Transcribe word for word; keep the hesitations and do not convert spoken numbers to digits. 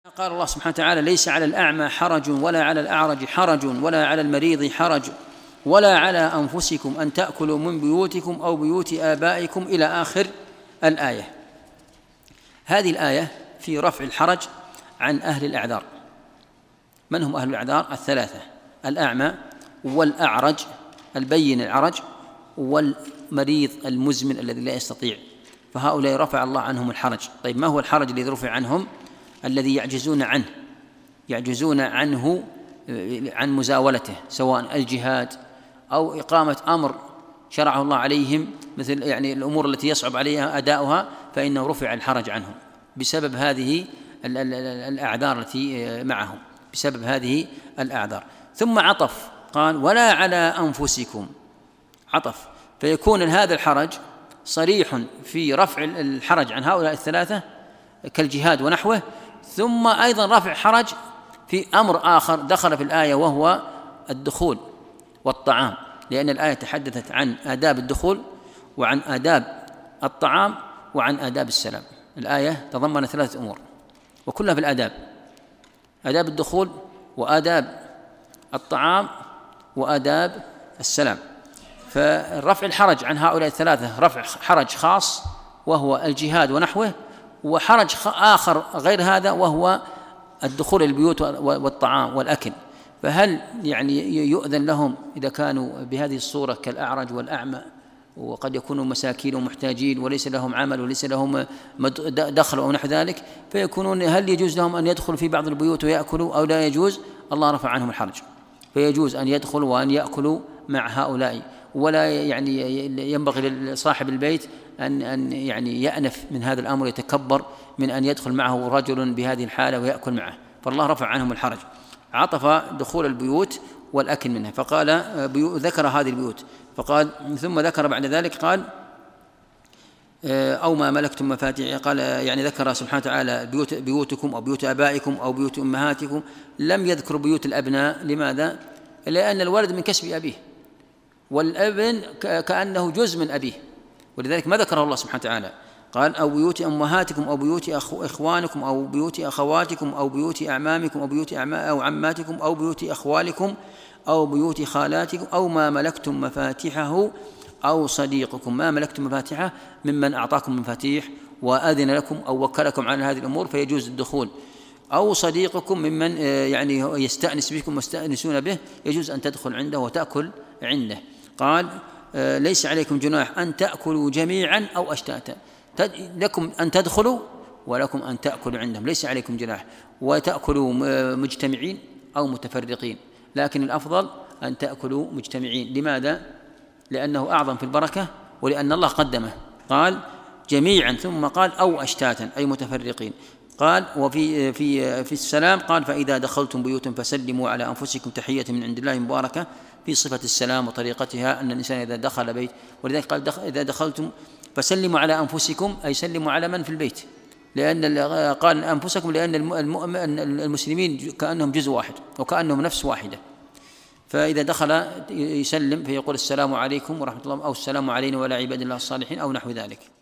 قال الله سبحانه وتعالى: ليس على الأعمى حرج ولا على الأعرج حرج ولا على المريض حرج ولا على أنفسكم أن تأكلوا من بيوتكم أو بيوت آبائكم إلى آخر الآية. هذه الآية في رفع الحرج عن أهل الأعذار. من هم أهل الأعذار؟ الثلاثة: الأعمى والأعرج البين العرج والمريض المزمن الذي لا يستطيع، فهؤلاء رفع الله عنهم الحرج. طيب، ما هو الحرج الذي رفع عنهم؟ الذي يعجزون عنه يعجزون عنه عن مزاولته، سواء الجهاد أو إقامة أمر شرعه الله عليهم، مثل يعني الأمور التي يصعب عليها أداؤها، فإنه رفع الحرج عنهم بسبب هذه الأعذار التي معهم، بسبب هذه الأعذار. ثم عطف قال: ولا على أنفسكم، عطف، فيكون هذا الحرج صريح في رفع الحرج عن هؤلاء الثلاثة كالجهاد ونحوه، ثم أيضا رفع حرج في أمر آخر دخل في الآية وهو الدخول والطعام، لأن الآية تحدثت عن آداب الدخول وعن آداب الطعام وعن آداب السلام. الآية تضمن ثلاثة أمور وكلها في الآداب: آداب الدخول وآداب الطعام وآداب السلام. فرفع الحرج عن هؤلاء الثلاثة رفع حرج خاص وهو الجهاد ونحوه، وحرج آخر غير هذا وهو الدخول البيوت والطعام والأكل. فهل يعني يؤذن لهم إذا كانوا بهذه الصورة كالأعرج والأعمى، وقد يكونوا مساكين ومحتاجين وليس لهم عمل وليس لهم دخل أو نحو ذلك، فيكونون هل يجوز لهم أن يدخلوا في بعض البيوت ويأكلوا أو لا يجوز؟ الله رفع عنهم الحرج، فيجوز أن يدخلوا وأن يأكلوا مع هؤلاء، ولا يعني ينبغي لصاحب البيت أن أن يعني يأنف من هذا الأمر، يتكبر من أن يدخل معه رجل بهذه الحالة ويأكل معه، فالله رفع عنهم الحرج. عطف دخول البيوت والأكل منها، فقال ذكر هذه البيوت، فقال ثم ذكر بعد ذلك قال: أو ما ملكتم مفاتيح، قال يعني ذكر سبحانه وتعالى بيوت بيوتكم أو بيوت آبائكم أو بيوت أمهاتكم، لم يذكر بيوت الأبناء. لماذا؟ لأن الولد من كسب أبيه، والابن كأنه جزء من أبيه، ولذلك ما ذكره الله سبحانه وتعالى. قال: أو بيوت أمهاتكم أو بيوت إخوانكم أو بيوت أخواتكم أو بيوت أعمامكم أو بيوت أو عماتكم أو بيوت أخوالكم أو بيوت خالاتكم أو ما ملكتم مفاتحه أو صديقكم. ما ملكتم مفاتحه ممن أعطاكم مفاتيح وأذن لكم أو وكلكم على هذه الأمور فيجوز الدخول، أو صديقكم ممن يعني يستأنس بكم واستأنسون به، يجوز أن تدخل عنده وتأكل عنده. قال: ليس عليكم جناح أن تأكلوا جميعا أو أشتاتا، لكم أن تدخلوا ولكم أن تأكلوا عندهم، ليس عليكم جناح، وتأكلوا مجتمعين أو متفرقين، لكن الأفضل أن تأكلوا مجتمعين. لماذا؟ لأنه أعظم في البركة ولأن الله قدمه. قال جميعا ثم قال أو أشتاتا أي متفرقين. قال: وفي في في السلام قال: فإذا دخلتم بيوتا فسلموا على أنفسكم تحية من عند الله مباركة، في صفة السلام وطريقتها أن الإنسان إذا دخل بيت، ولذلك قال: دخل إذا دخلتم فسلموا على أنفسكم أي سلموا على من في البيت، لأن قال أنفسكم لأن المسلمين كأنهم جزء واحد وكأنهم نفس واحدة، فإذا دخل يسلم فيقول: السلام عليكم ورحمة الله أو السلام علينا وعلى عباد الله الصالحين أو نحو ذلك.